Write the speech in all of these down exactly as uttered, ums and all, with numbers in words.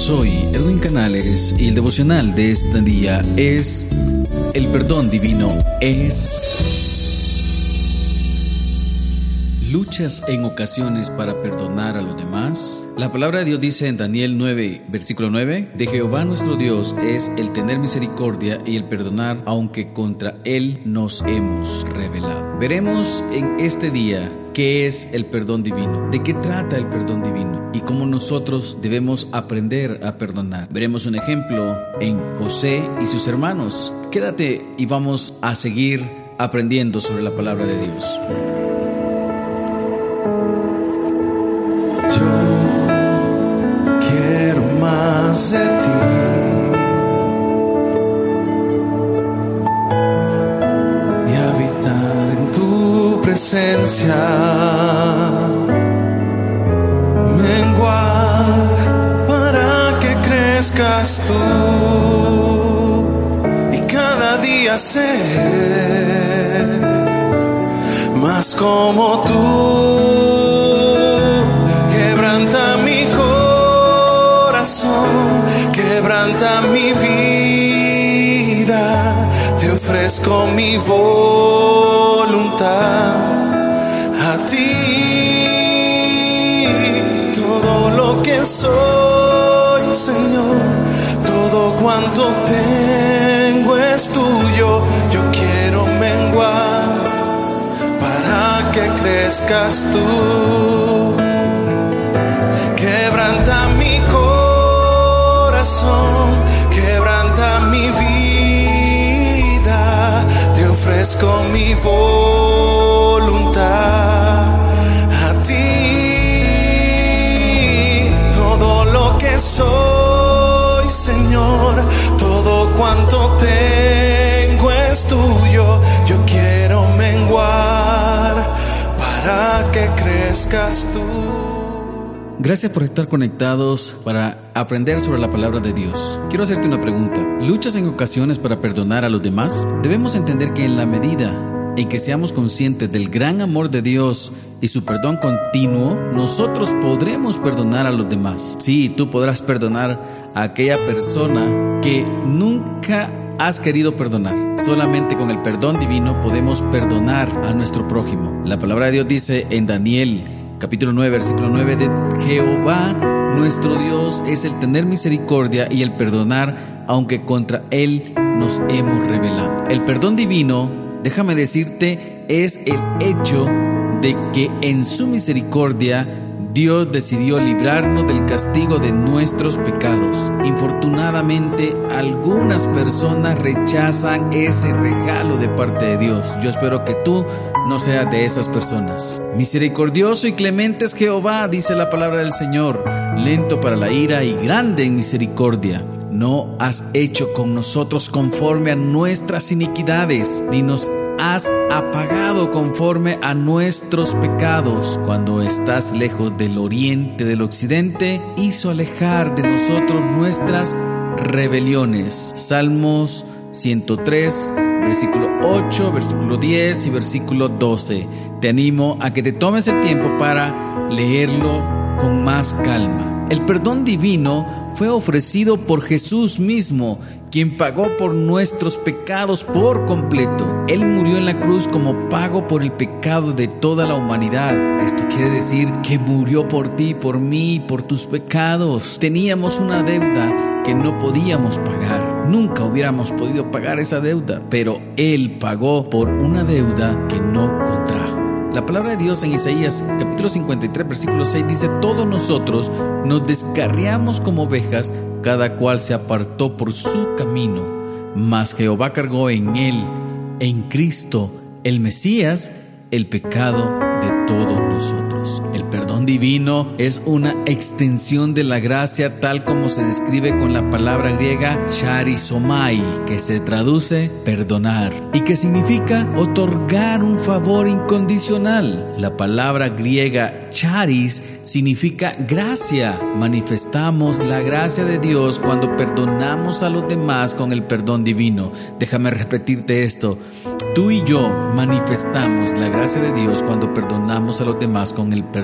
Soy Edwin Canales y el devocional de este día es: el perdón divino es. ¿Luchas en ocasiones para perdonar a los demás? La palabra de Dios dice en Daniel nueve, versículo nueve: de Jehová nuestro Dios es el tener misericordia y el perdonar, aunque contra Él nos hemos rebelado. Veremos en este día qué es el perdón divino, de qué trata el perdón divino y cómo nosotros debemos aprender a perdonar. Veremos un ejemplo en José y sus hermanos. Quédate y vamos a seguir aprendiendo sobre la palabra de Dios. Más de ti, y habitar en tu presencia, menguar para que crezcas tú y cada día ser más como tú. Quebranta mi corazón, quebranta mi vida, te ofrezco mi voluntad a ti. Todo lo que soy, Señor, todo cuanto tengo es tuyo. Yo quiero menguar para que crezcas tú. Quebranta mi corazón, quebranta mi vida, te ofrezco mi voluntad a ti. Todo lo que soy, Señor, todo cuanto tengo es tuyo. Yo quiero menguar para que crezcas tú. Gracias por estar conectados para aprender sobre la palabra de Dios. Quiero hacerte una pregunta. ¿Luchas en ocasiones para perdonar a los demás? Debemos entender que en la medida en que seamos conscientes del gran amor de Dios y su perdón continuo, nosotros podremos perdonar a los demás. Sí, tú podrás perdonar a aquella persona que nunca has querido perdonar. Solamente con el perdón divino podemos perdonar a nuestro prójimo. La palabra de Dios dice en Daniel capítulo nueve, versículo nueve: de Jehová nuestro Dios es el tener misericordia y el perdonar, aunque contra Él nos hemos rebelado. El perdón divino, déjame decirte, es el hecho de que en su misericordia Dios decidió librarnos del castigo de nuestros pecados. Infortunadamente, algunas personas rechazan ese regalo de parte de Dios. Yo espero que tú no seas de esas personas. Misericordioso y clemente es Jehová, dice la palabra del Señor, lento para la ira y grande en misericordia. No has hecho con nosotros conforme a nuestras iniquidades, ni nos has apagado conforme a nuestros pecados. Cuando estás lejos del oriente del occidente, hizo alejar de nosotros nuestras rebeliones. Salmos ciento tres, versículo ocho, versículo diez y versículo doce. Te animo a que te tomes el tiempo para leerlo con más calma. El perdón divino fue ofrecido por Jesús mismo, quien pagó por nuestros pecados por completo. Él murió en la cruz como pago por el pecado de toda la humanidad. Esto quiere decir que murió por ti, por mí, por tus pecados. Teníamos una deuda que no podíamos pagar. Nunca hubiéramos podido pagar esa deuda, pero Él pagó por una deuda que no contrajo. La palabra de Dios en Isaías capítulo cincuenta y tres, versículo seis dice: todos nosotros nos descarriamos como ovejas, cada cual se apartó por su camino, mas Jehová cargó en él, en Cristo, el Mesías, el pecado de todos nosotros. El perdón divino es una extensión de la gracia tal como se describe con la palabra griega charizomai, que se traduce perdonar y que significa otorgar un favor incondicional. La palabra griega charis significa gracia. Manifestamos la gracia de Dios cuando perdonamos a los demás con el perdón divino. Déjame repetirte esto. Tú y yo manifestamos la gracia de Dios cuando perdonamos a los demás con el perdón divino.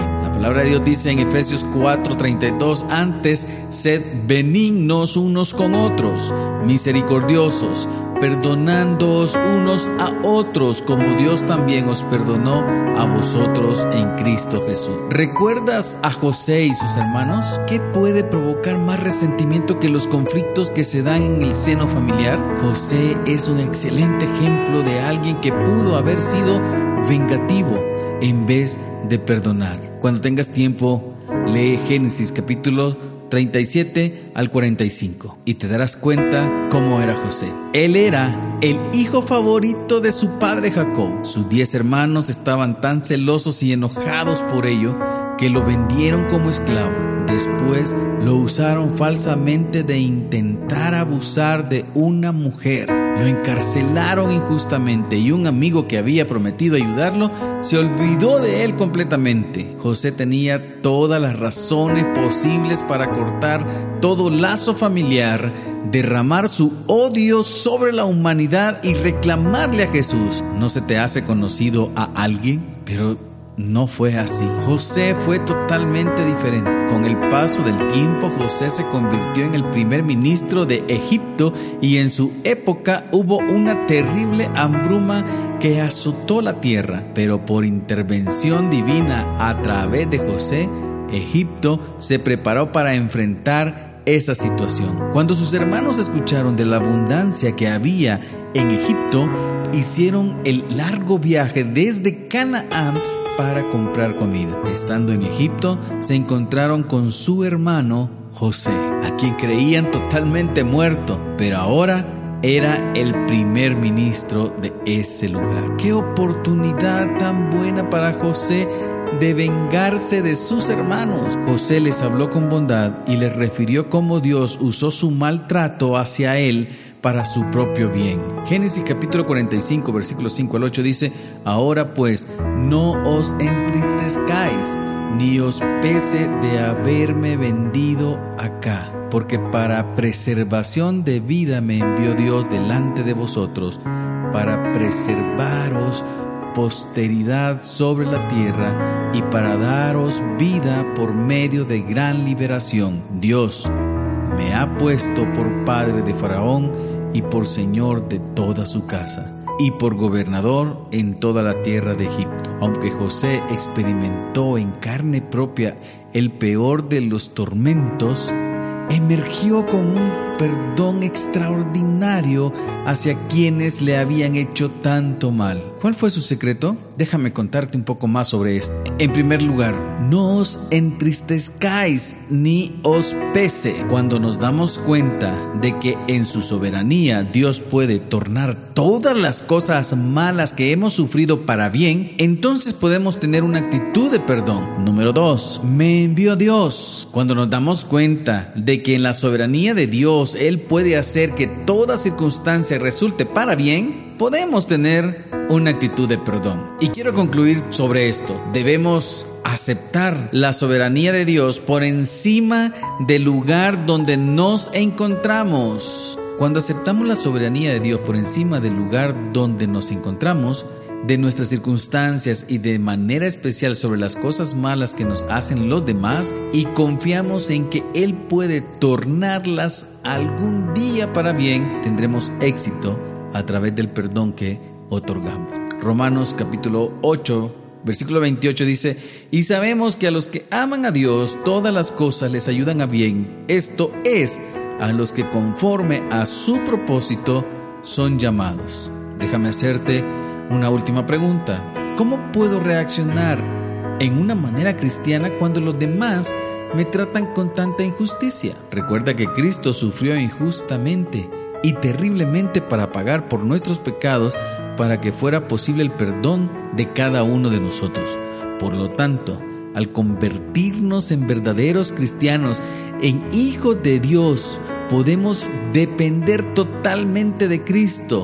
bien. La palabra de Dios dice en Efesios cuatro treinta y dos: antes sed benignos unos con otros, misericordiosos, perdonándoos unos a otros, como Dios también os perdonó a vosotros en Cristo Jesús. ¿Recuerdas a José y sus hermanos? ¿Qué puede provocar más resentimiento que los conflictos que se dan en el seno familiar? José es un excelente ejemplo de alguien que pudo haber sido vengativo en vez de perdonar. Cuando tengas tiempo, lee Génesis capítulo treinta y siete al cuarenta y cinco y te darás cuenta cómo era José. Él era el hijo favorito de su padre Jacob. Sus diez hermanos estaban tan celosos y enojados por ello que lo vendieron como esclavo. Después lo usaron falsamente de intentar abusar de una mujer. Lo encarcelaron injustamente y un amigo que había prometido ayudarlo se olvidó de él completamente. José tenía todas las razones posibles para cortar todo lazo familiar, derramar su odio sobre la humanidad y reclamarle a Jesús. ¿No se te hace conocido a alguien? Pero no fue así. José fue totalmente diferente. Con el paso del tiempo, José se convirtió en el primer ministro de Egipto y en su época hubo una terrible hambruna que azotó la tierra. Pero por intervención divina a través de José, Egipto se preparó para enfrentar esa situación. Cuando sus hermanos escucharon de la abundancia que había en Egipto, hicieron el largo viaje desde Canaán para comprar comida. Estando en Egipto, se encontraron con su hermano José, a quien creían totalmente muerto, pero ahora era el primer ministro de ese lugar. ¡Qué oportunidad tan buena para José de vengarse de sus hermanos! José les habló con bondad y les refirió cómo Dios usó su maltrato hacia él para su propio bien. Génesis capítulo cuarenta y cinco, versículos cinco al ocho dice: ahora pues, no os entristezcáis, ni os pese de haberme vendido acá, porque para preservación de vida me envió Dios delante de vosotros, para preservaros posteridad sobre la tierra y para daros vida por medio de gran liberación. Dios me ha puesto por padre de Faraón y por señor de toda su casa, y por gobernador en toda la tierra de Egipto. Aunque José experimentó en carne propia el peor de los tormentos, emergió con un perdón extraordinario hacia quienes le habían hecho tanto mal. ¿Cuál fue su secreto? Déjame contarte un poco más sobre esto. En primer lugar, no os entristezcáis ni os pese. Cuando nos damos cuenta de que en su soberanía Dios puede tornar todas las cosas malas que hemos sufrido para bien, entonces podemos tener una actitud de perdón. Número dos, me envió Dios. Cuando nos damos cuenta de que en la soberanía de Dios Él puede hacer que toda circunstancia resulte para bien, podemos tener una actitud de perdón. Y quiero concluir sobre esto. Debemos aceptar la soberanía de Dios por encima del lugar donde nos encontramos. Cuando aceptamos la soberanía de Dios por encima del lugar donde nos encontramos, de nuestras circunstancias y de manera especial sobre las cosas malas que nos hacen los demás, y confiamos en que Él puede tornarlas algún día para bien, tendremos éxito a través del perdón que otorgamos. Romanos capítulo ocho, versículo veintiocho dice: y sabemos que a los que aman a Dios todas las cosas les ayudan a bien, esto es, a los que conforme a su propósito son llamados. Déjame hacerte una última pregunta. ¿Cómo puedo reaccionar en una manera cristiana cuando los demás me tratan con tanta injusticia? Recuerda que Cristo sufrió injustamente y terriblemente para pagar por nuestros pecados, para que fuera posible el perdón de cada uno de nosotros. Por lo tanto, al convertirnos en verdaderos cristianos, en hijos de Dios, podemos depender totalmente de Cristo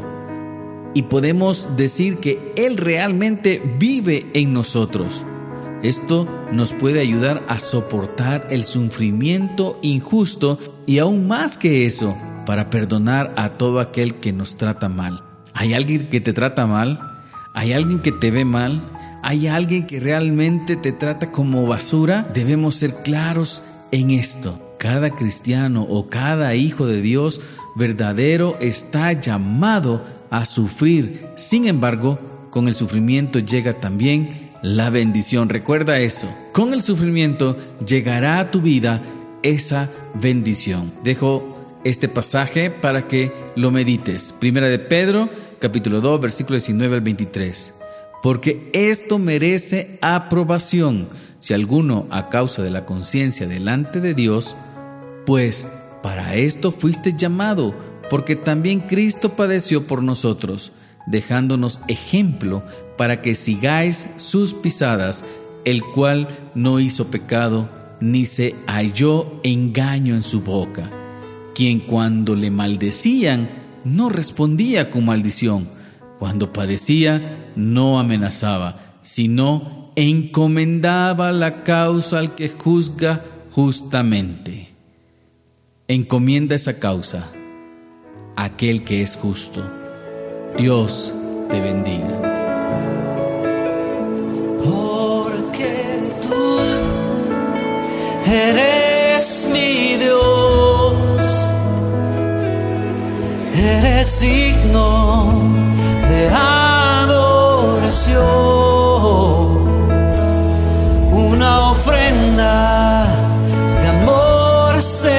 y podemos decir que Él realmente vive en nosotros. Esto nos puede ayudar a soportar el sufrimiento injusto y aún más que eso, para perdonar a todo aquel que nos trata mal. ¿Hay alguien que te trata mal? ¿Hay alguien que te ve mal? ¿Hay alguien que realmente te trata como basura? Debemos ser claros en esto. Cada cristiano o cada hijo de Dios verdadero está llamado a sufrir. Sin embargo, con el sufrimiento llega también la bendición. Recuerda eso. Con el sufrimiento llegará a tu vida esa bendición. Dejo este pasaje para que lo medites. Primera de Pedro, capítulo dos, versículo diecinueve al veintitrés. Porque esto merece aprobación, si alguno a causa de la conciencia delante de Dios, pues para esto fuiste llamado, porque también Cristo padeció por nosotros, dejándonos ejemplo para que sigáis sus pisadas, el cual no hizo pecado, ni se halló engaño en su boca, quien cuando le maldecían no respondía con maldición, cuando padecía no amenazaba, sino encomendaba la causa al que juzga justamente. Encomienda esa causa a aquel que es justo. Dios te bendiga. Porque tú eres mi Dios, eres digno de adoración, una ofrenda de amor.